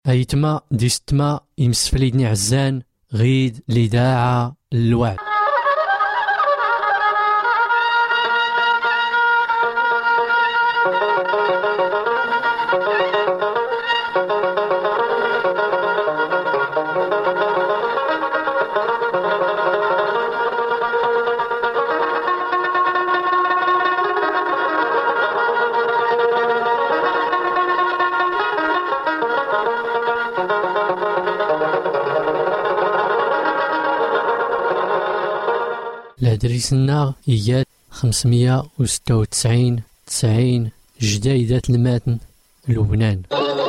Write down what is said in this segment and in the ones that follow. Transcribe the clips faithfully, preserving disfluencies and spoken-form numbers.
أيتما ديستما يمسفليدني عزان غيد لداعة الوعد. الهدريسنا إياد خمسمية وستة وتسعين تسعين جدايدات الماتن لبنان.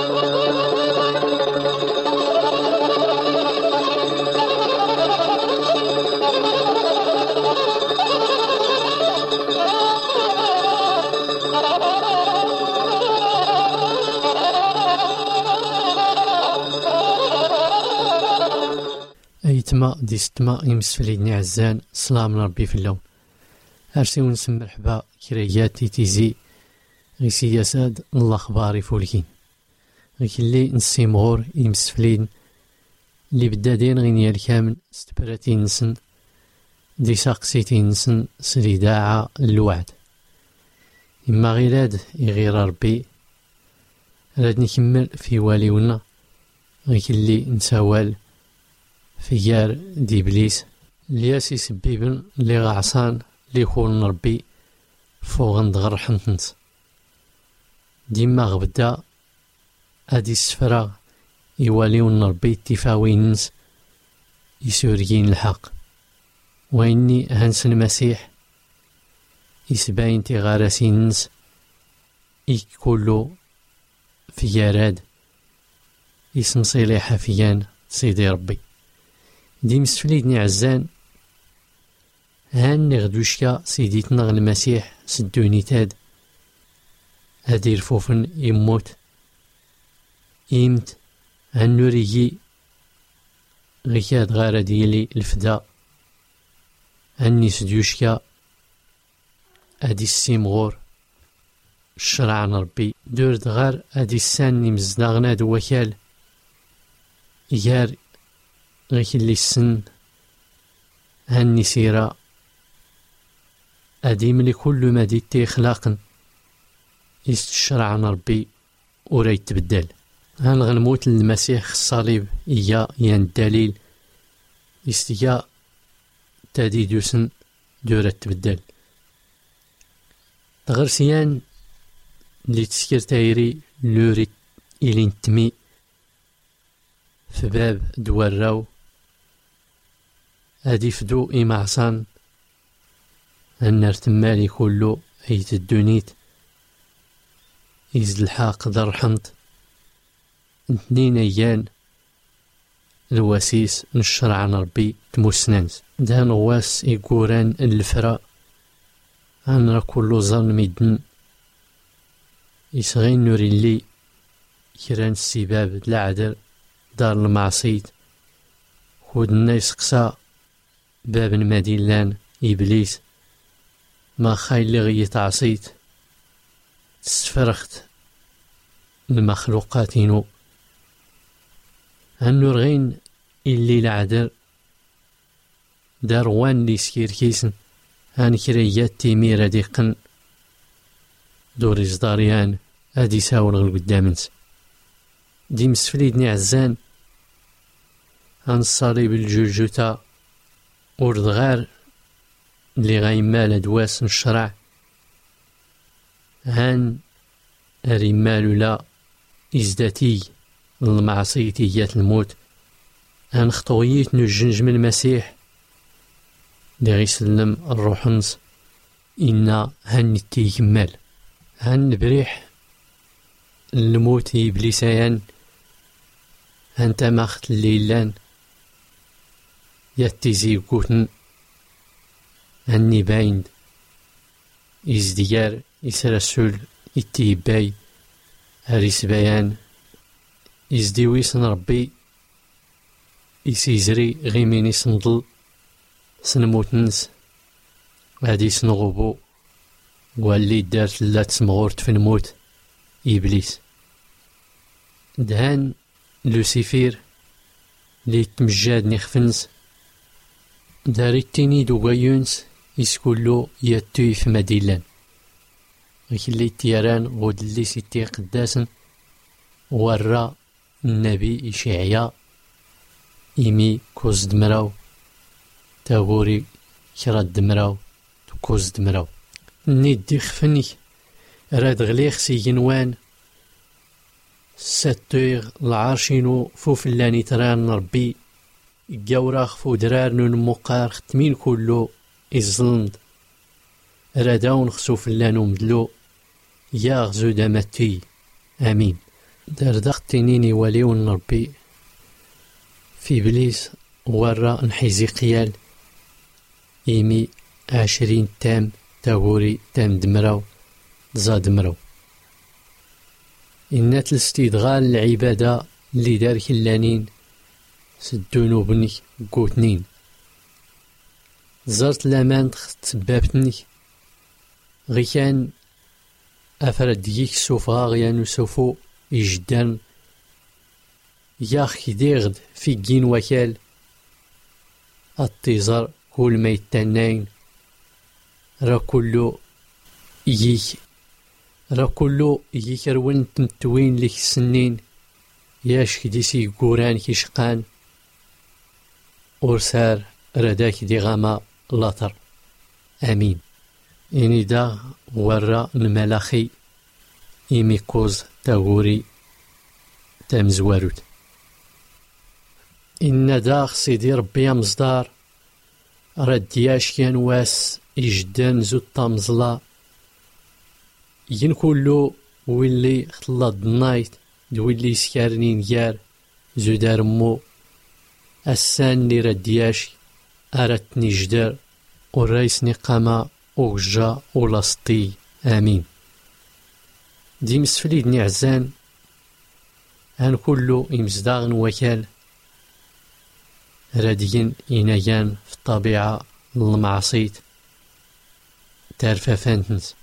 أيتما ديستما يمسفليدني عزان سلام ربي في اللون. أرسي ونسم مرحبا كريات تيتيزي غي سياساد الله خباري فولكين غي كلي نسيمغور يمسفلين اللي بدادين غينيا الكامل ستبراتين نسن دي ساقسيتين نسن سريداعة الوعد. إما غيراد يغير ربي راد نكمل في واليونا غي كلي نساوال فيار دي بليس لياسي سبيبن لي غعصان لي خول ربي فوق ندغر حنتنس ديما غبدا ادي السفرة يواليون ربي تفاوينس يسوريين الحق. وإني هنس المسيح يسباين تغارسينس يكولو في ياراد يسمصيلي حفيان سيدي ربي. دي مسفليدني عزان هان نغدوشكا سيديتنا المسيح سدوني تاد هادي رفوفن يموت يمت هان نوريجي غيكاد غارة ديالي الفدا هاني سدوشكا هادي السيمغور الشرع ربي دورد غار هادي السان نمزداغنا دو وكال يار غيك اللي السن هاني سيرا أديم لكل ما ديتي إخلاقا يستشرع ربي ورا يتبدل. هان غنموت للمسيح الصليب إيا ين الدليل يستيا تاديدوسن دورة تبدل. تغرسيان اللي تسكر تايري لوري إلي نتمي في باب دوراو هادي فدو إمعصان النار تمالي كله أيت الدونيت إزد الحاق در حنط اثنين أيان الواسيس نشرع ربي تموسنانس دان واس إيقوران الفرا أن را كله ظن ميدن يسغين نوري اللي كران السباب العدل دار المعصيت خود الناس قصا باب المدينلان إبليس ما خايل اللي غي تعصيت تسفرخت المخلوقاتينو هنور غين اللي العدل دار وان لي سكير كيسن هان كريات تيميرا ديقن دوري زداريان هادي ساول غل قدامنس دي مسفليدني عزان هان الصليب الجوجوتا وردغار اللي غايمال دواس الشرع هان رمال لا إزداتي المعصيتيات الموت هان خطويت نجنج من المسيح اللي غيسلم الروحنس إنا هان نتيكمال هان نبريح الموت إبليسيان هان تماخت الليلان يتيزي قوتن هاني بايند إزديار إسرسول إتيباي هاريس بيان إزديويسن ربي إسيزري غيميني سنضل سنموتنس هادي سنغوبو واللي دارت لا تسمغورت في الموت إبليس دهان لوسيفير لي تمجاد نخفنس داري تيني دوغايونس يسكولو ياتوي في مديلان غيك اللي تيران غود اللي سيتي قداسن ورا النبي إشعياء إيمي كوز دمراو تاغوري كرا دمراو كوز دمراو نيدي خفني راد غليخ سيجنوان ساتويغ العرشينو فوفلاني تران ربي جاوراخ فودرار نون مقار ختمين كلو إزلند راداون خسو فلانو مدلو يا غزو دامتي آمين دردخ تنيني وليون ربي في بليس ورا نحيزيقيال إيمي عشرين تام تاغوري تام دمراو زاد دمراو إنات الاستدغال العبادة اللي دار كلانين سدونو بني قوتنين زرت لامان تبابتني غي كان أفرد ديك سوفا غيانو سوفو يجدان ياخ ديغد في جين وكال التيزر كل ما يتنين را كلو ييك را كلو ييك روين تمتوين لك السنين ياش كديسي قوران كيشقان أرسار رداك دي غاما لاطر آمين إني دا ورا الملاخي إيمي كوز تاغوري تامزواروت إن داخ سيدي ربي مصدار ردياش كان واس إجدان زود تامزلا ين كلو ويلي خطلاد النايت دويلي سكارنين جار زودار مو السان لي ردياش أردتني جدار والرئيس نقامة أوجا ولاسطي آمين دي مسفليد نعزان هان كلو إمزداغن وكال راديين إنايان في الطبيعة المعصيت تارفا فانتنس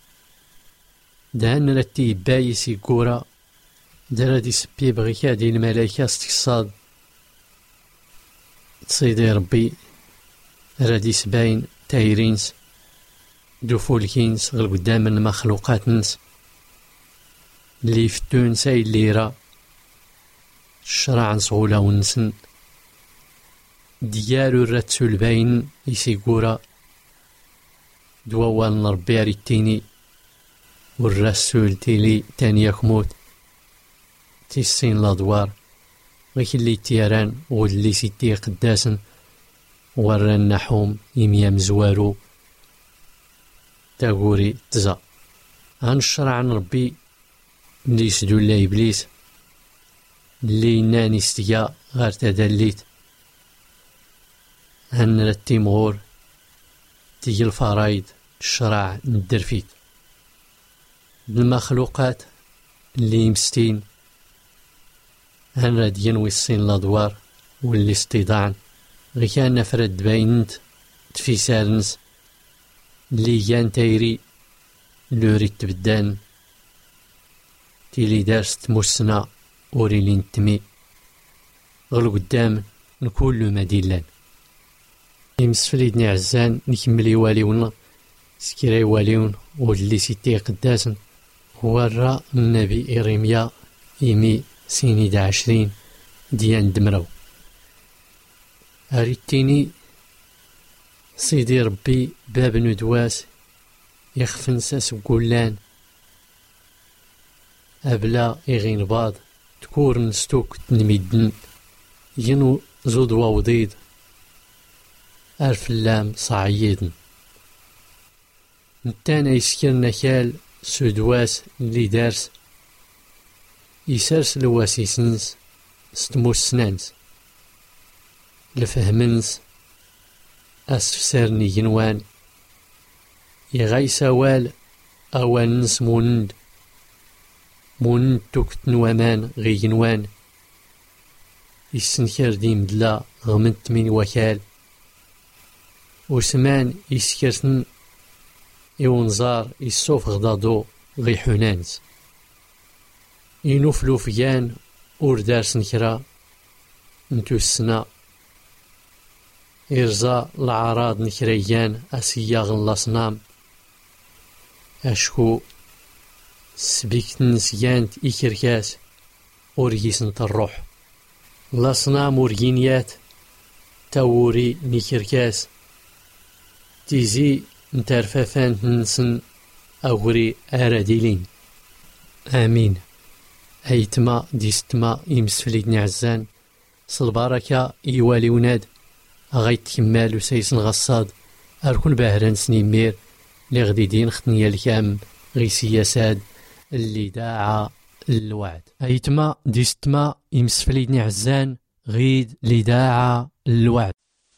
دهان رتي بايسي كورا درادي سبي بغيكا دي الملايكة استقصاد تصيدي ربي رادي سباين تايرينس دوفولكينس غير قدام المخلوقات نس اللي فتون ساي الليرة الشرع صغولة ونسن ديارو الراتسو الباين يسيقورا دووال نربي ريتيني والرسول تيلي تاني يخموت تيسين الأدوار غيك اللي تيران واللي سيتي قداسن ورا النحوم يميام زوارو تاغوري تزا هان الشرع نربي اللي يسدو الله إبليس اللي ناني استيا غير تدليت هان رتي مغور تيجي الفرايد الشرع ندرفيت بالمخلوقات اللي يمستين هان راديان ويصين الأدوار واللي استيضاعن غي كان نفرد باينت تفيسارنس اللي جان تايري لوري تبدان تيلي دارس تموسنا وري لي نتمي غل قدام نكون مديلان يمسفليدني عزان نكمل واليون سكيري واليون واللي سيتي قداسن هو الرا النبي إرميا إيمي سيني دا عشرين ديان دمرو أريتيني سيدي ربي باب ندواس يخفن ساس قولان أبلا إغين باض تكور نستوك تنميدن ينو زود ووضيد أرف اللام صعيدن نتانا يسكرنا كال سودواس اللي دارس يسارس الواسيسنس ستموس سنانس لفهمنس أسفسرني جنوان يغاي سوال أوانس موند موند توكت نوامان غي جنوان يسنكر دي مدلا غمنت من وكال وسمان يسكرتن يونزار يسوف غدادو غي حنانس ينوفلو فيان ور دارس نكرا نتو السنة إرزا العراض نكريان أسياغ الأصنام أشكو سبيكت نسيانت إكركاس أوريسنت الروح الأصنام ورجينيات تاوري نكركاس تيزي نترفافان نسن أوري أراديلين آمين. أيتما ديستما يمسفليد نعزان صلباركا يوالي وناد غايت كمال وسيسن غصاد أركون باهران سنيمير لغديدين ختنيا الكام غي سياساد اللي داعا الوعد. أيتما ديستما يمسفليد نعزان غيد اللي داعا الوعد.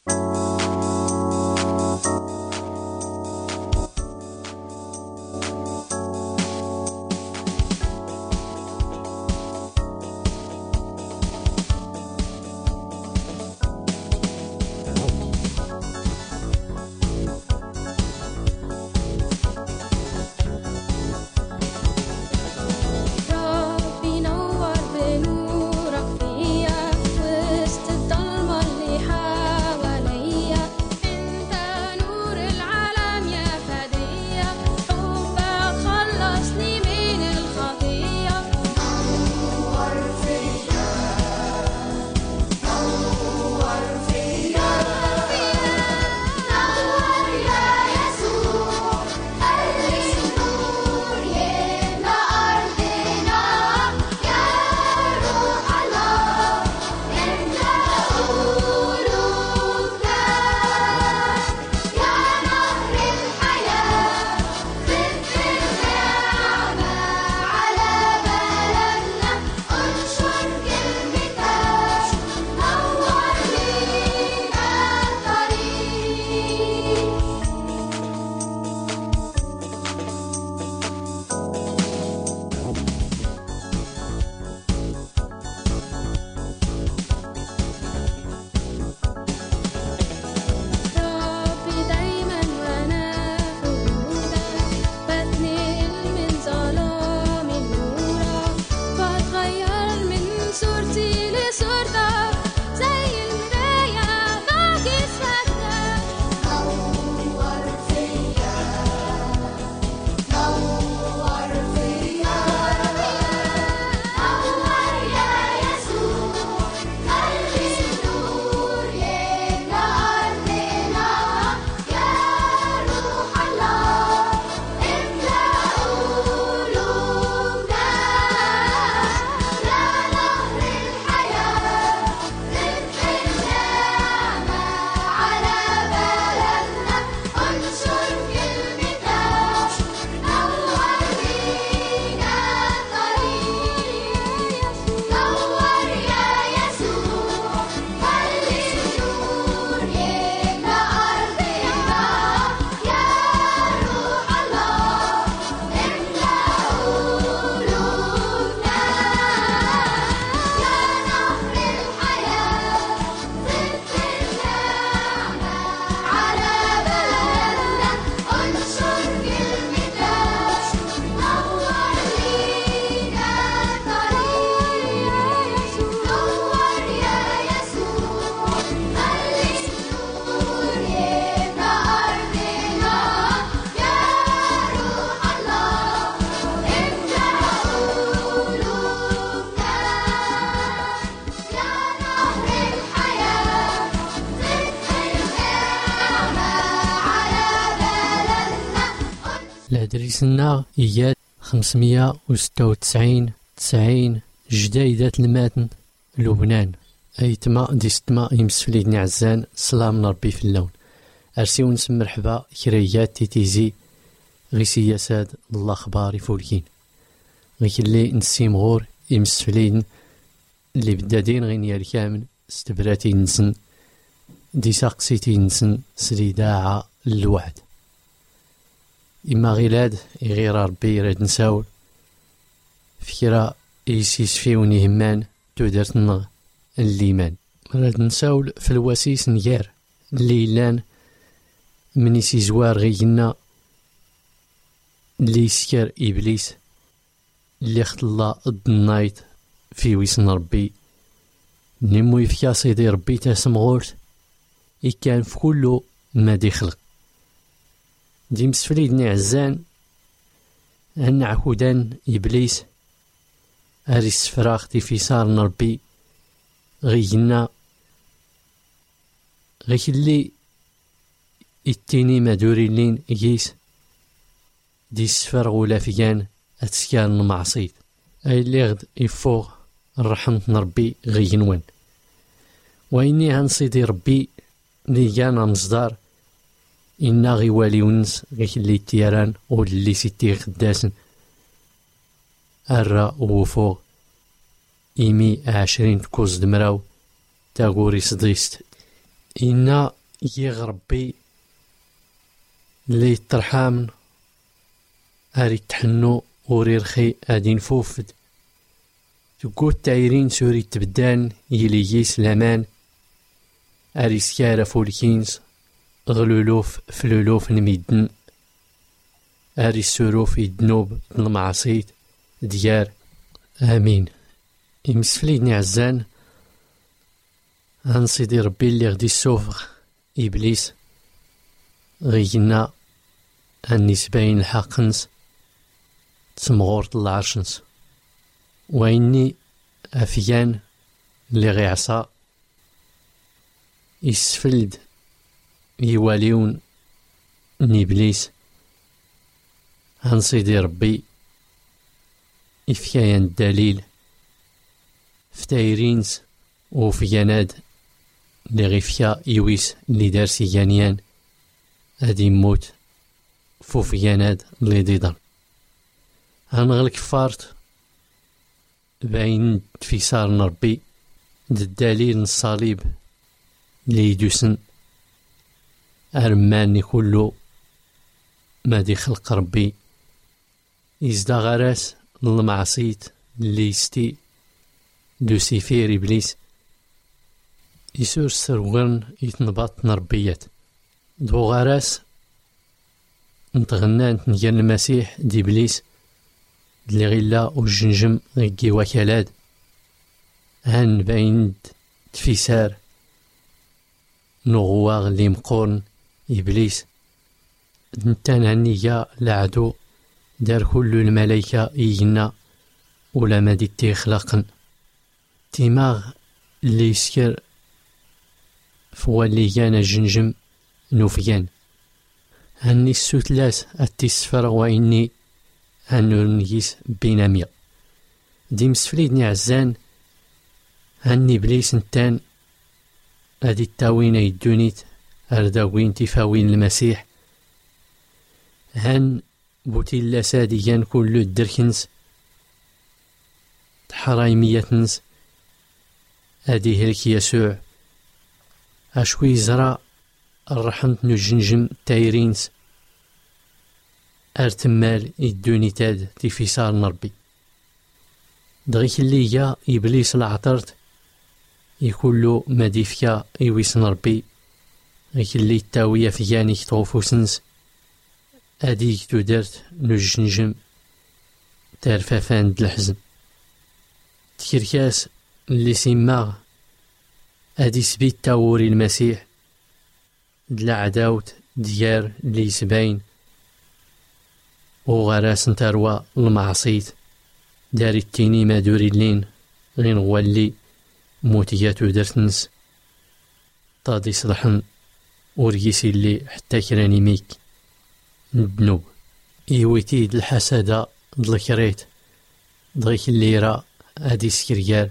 الهدريسنا إياد خمسمية وستة وتسعين تسعين جدايدات الماتن لبنان. أيتما ديستما يمسفليدني عزان سلام ربي في اللون أرسيو نسم مرحبا كريات تيتيزي غي سياساد الله خباري فولكين غي كلي نسيم غور يمسفليدن اللي بدادين غين يالكامن استبراتي نسن دي ساقسيتي نسن سريداعة الوعد. إما غيلاد غير ربي راد نساول فكرة إيسيس فيوني همان تودرت النغ الليمان راد نساول في الواسيس نيار اللي لان مني سي زوار غينا اللي يسكر إبليس اللي اختلا ضد النايت في ويسن ربي نمو يفكا سيدي ربي تاسمغورت إكان في كل ما دي خلق دي مسفليدني عزان أن عكودان إبليس أري السفراغ دي في صار نربي غينا غي اللي التيني مدوري لين إجيس دي السفر غولا فيان أتسكان المعصيد أي اللي غد يفوغ الرحمة نربي غينوان وإني هنصيدي ربي ليجانا مصدار إنا غي والي ونس غي اللي تيران واللي سيتي خداسن الرا وفوغ إيمي عشرين كوز دمراو تاغوري صديست إنا يغربي لي ترحامن أري تحنو وري رخي أدي نفوفد تقول تايرين سوري تبدان يليجيس لامان أري سكارة فولكينز غلولوف فلولوف نميدن أري السروف يدنوب المعصيد ديار آمين يمسفليدني عزان هنصيدي ربي اللي غدي السوفغ إبليس غينا النسبين الحقنس تسمغورت العرشنس وإني أفيان اللي غيعصى يسفلد يواليون نيبليس هنصيدي ربي إفيان الدليل فتايرينز وفياناد اللي غيفيا يويس اللي دارسي جانيان هادي موت فوفياناد اللي ديدان هنغلق فارت باين في صار نربي الدليل الصليب اللي يدوسن أرماني كله ما دي خلق ربي إزدا غراس المعصيت اللي يستي لوسيفير إبليس يسور سرغن يتنبط نربيات دو غراس نتغنان نجان المسيح دي إبليس اللي غيلا والجنجم غيكي وكالاد هان باين تفيسار نغواغ اللي مقورن إبليس نتان هنيا لعدو دار كل الملايكة يجنا ولا ما دي تيخلقن تيماغ اللي يسكر فوالي كان الجنجم نوفيان هني السوتلاس التسفر وإني هنو نجيس بيناميا دي مسفليدني عزان هني إبليس نتان هادي التاوين يدونيت أرداوين تفاوين المسيح هن بوتيلا ساديان كل الدركنز تحرايميتنز هادي هلك يسوع أشوي زرا الرحمة نجنجم تايرينز أرتمال يدونيتاد تفيسار نربي دغيك اللي جا إبليس العطرت يكولو مديفكا يويس نربي غيك اللي التاوية في جانيك طوفوسنس أديك تودرت نجنجم تارفافان دالحزن تكركاس اللي سيماغ أدي سبيت تاوري المسيح دلا عداوت ديار اللي يسباين وغراس نتاروا المعصيت داري التيني ما دوري اللين غين غوالي موتياتو درتنس طادي صلحن ورقيسي اللي حتى كراني ميك ندنوب إيويتيد الحسادة دلكريت دغيك اللي راه هادي سكريال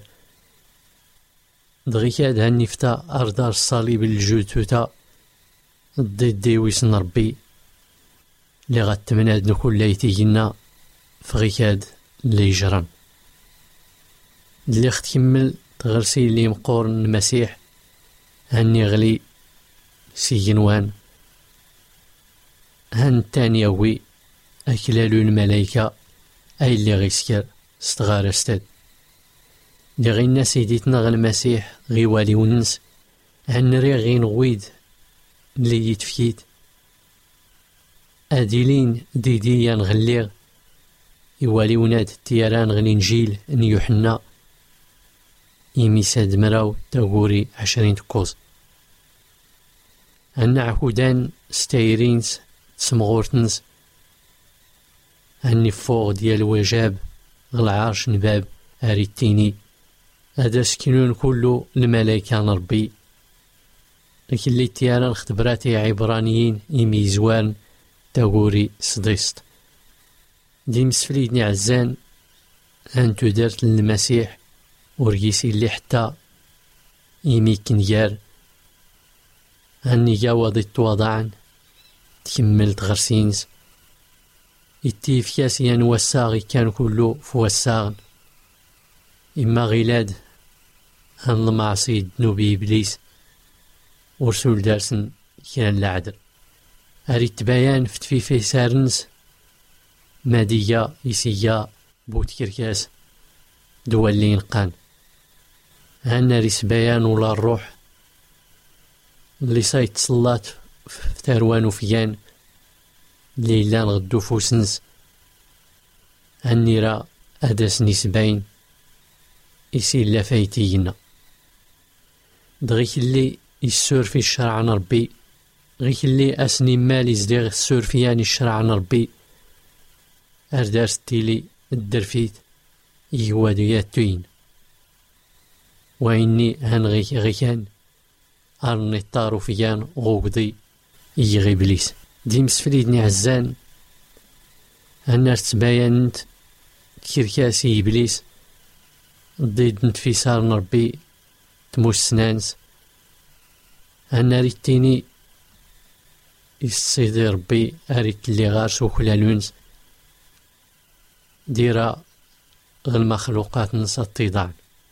دغيك هاد هالنفتا أردار الصليب الجوتوتا ضد ديويس نربي اللي غتمناد نكون لايتينا فغيكاد اللي يجران اللي ختكمل تغرسي اللي مقورن المسيح هاني غلي سيجنوان هان تاني وي أكلالو الملايكة أي اللي غيسكر استغار استاد اللي غينا سيديتنا غا المسيح غي والي ونس هان ري غين غويد اللي يتفكيت أديلين ديديان غليغ يوالي وناد تيران غلي نجيل ان يوحنا إيمي ساد مراو تاغوري عشرين تكوز. أن عكودان ستايرينس تسمغورتنس أني فوق ديال وجاب العرش نباب أريتيني هذا سكنون كله الملايكة ربي. لكن اللي تيانا اختبراتي عبرانيين إيمي زوان تاغوري صديست دي مسفليدني عزان أنتو دارت للمسيح ورقيسي اللي حتى إيمي كنيار أني جاوضي التواضعن تكملت غرسينز التيف كاسيان وساغي كان كله فوساغن إما غيلاد هن المعصي دنوبي إبليس ورسول دارسن كان العدل أريد تبايان فتفيفي سارنس مادية إيسية بوت كركاس دولين قان هنا ريس بيان ولا الروح اللي سايت صلات في تاروان وفيان ليلان غدو فوسنس هني را أداس نسبين إسي لا فايتينا دغيك اللي يسور في الشرع عن ربي غيك اللي أسني مالي زديغ السور فياني الشرع عن ربي أردار ستيلي الدرفيت يواديات توين وإني هنغي غيكان أرني الطارو فيان غوغضي يغي بليس دي مسفليدني عزان الناس تباينت كيركاسي إبليس ضد نتفيسار نربي تموش سنانس أنا ريتيني السيدي ربي أريت اللي غارس وكلالونس ديرا المخلوقات نسطي ضعن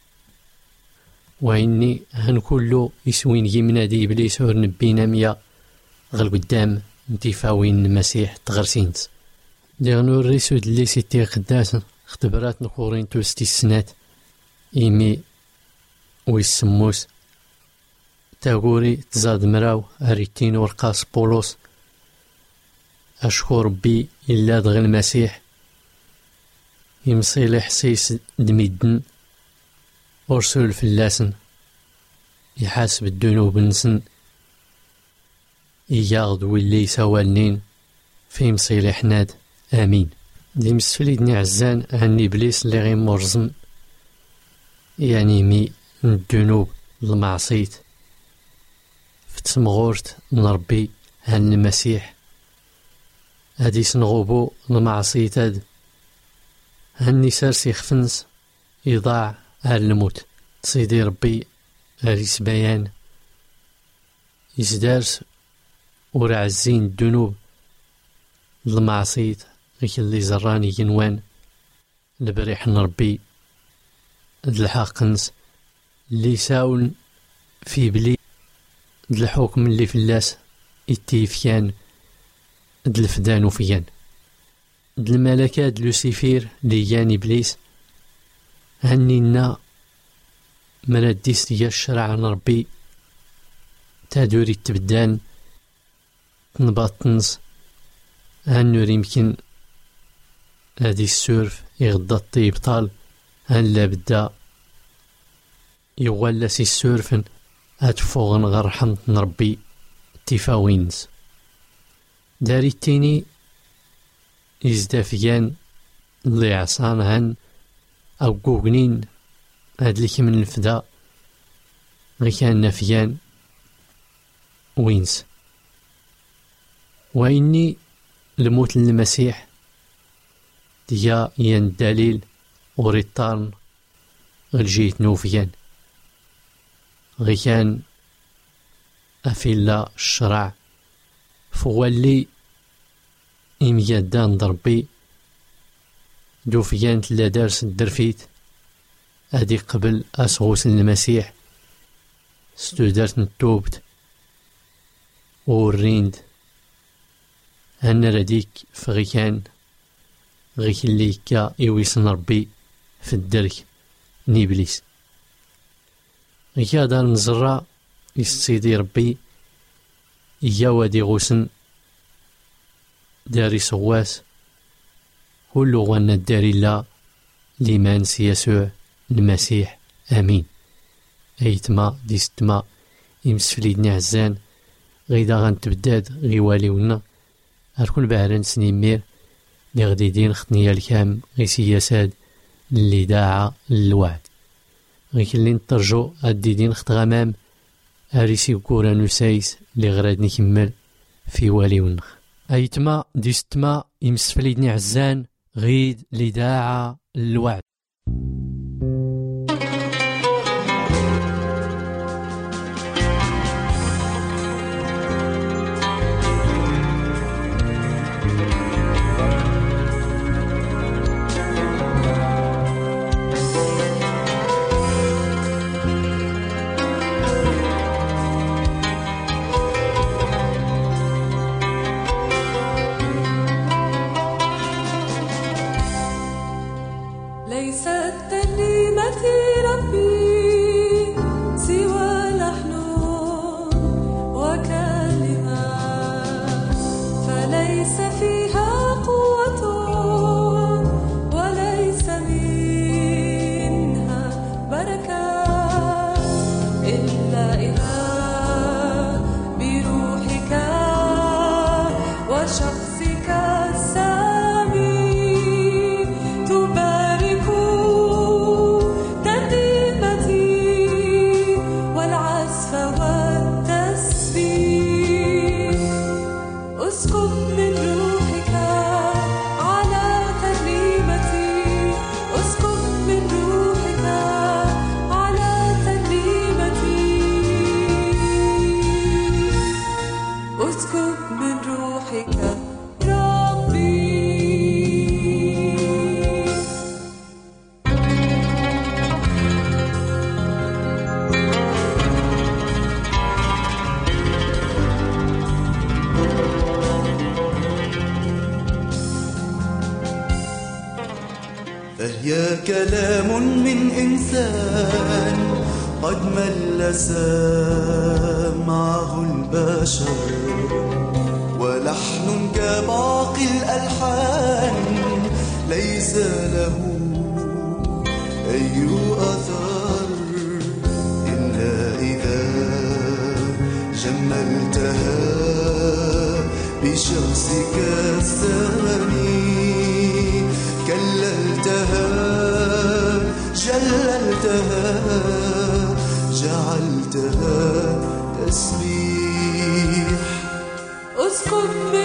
وإني هن كله يسوين يمنا دي إبليس ور نبينا ميا غل قدام انتفاوين المسيح تغرسينس ديغنو الريسو دلي سيتي قداس اختبارات نخورين توستي السنات إيمي ويسموس تاغوري تزاد مراو أريتين ورقاس بولوس أشكر بي إلا دغ المسيح يمصيلي حسيس دميدن ورسول فلاسن يحاسب الذنوب نسن ياغد واللي سوالنين في مصيلي حناد آمين. دي مسفليدني عزان هني بليس اللي غير مرزم يعني مي الذنوب المعصيت فتسمغورت نربي هن المسيح هادي سنغوبو المعصيت هاد هني سارسي خفنس يضاع على الموت تصيدي ربي ريس بيان يزدارس ورعزين الذنوب المعصيت غيك اللي زراني ينوان البريح نربي الحاقنس اللي ساول في بلي الحكم اللي في اللاس التيفيان الفدان وفيان الملكات لوسيفير ليان إبليس هنينا مرديس ديال الشرع عن ربي تادوري تبدان تنبطنس هنور يمكن هادي السورف يغضى الطيب طال هن لا بدا يغلسي السورفن هاتفوغن غير رحمة ربي تيفاوينز داري التيني يزدافيان اللي عصان هن أو قوغنين هاد ليك من الفدا غي كان نافيان وينس وإني الموت للمسيح ديا ين الدليل وريطارن غلجيت نوفيان غي كان أفيلا الشرع فوالي إميادان ضربي دوفيان تلا دارس الدرفيت هادي قبل أسغوس المسيح ستودرت نتوبت وريند هنا رديك فغيكان غيك اللي كا يويسن ربي في الدرك نيبليس غيكا دار نزرع يستيدي ربي إيا وادي غوسن داري سواس كل غنى الداري لا لمن سيسوع المسيح آمين. أيتما دي ستما يمسفليدني عزان غيدا غنتبداد غيواليونا أركون بعران سنيمير لي غديدين خطنيا الكام غي سياساد اللي داعا للوعد غي كلي نترجو الديدين خط غمام أريسي كورا نسايس لي غراد نكمل في واليونا أيتما دي ستما يمسفليدني عزان غيد لي داعا للوعد. فهي كلام من إنسان قد مل سمعه البشر ولحن كباقي الألحان ليس له أي أثر إلا إذا جملتها بشخصك الثاني كللتها جللتها جعلتها تسبيح. اسكب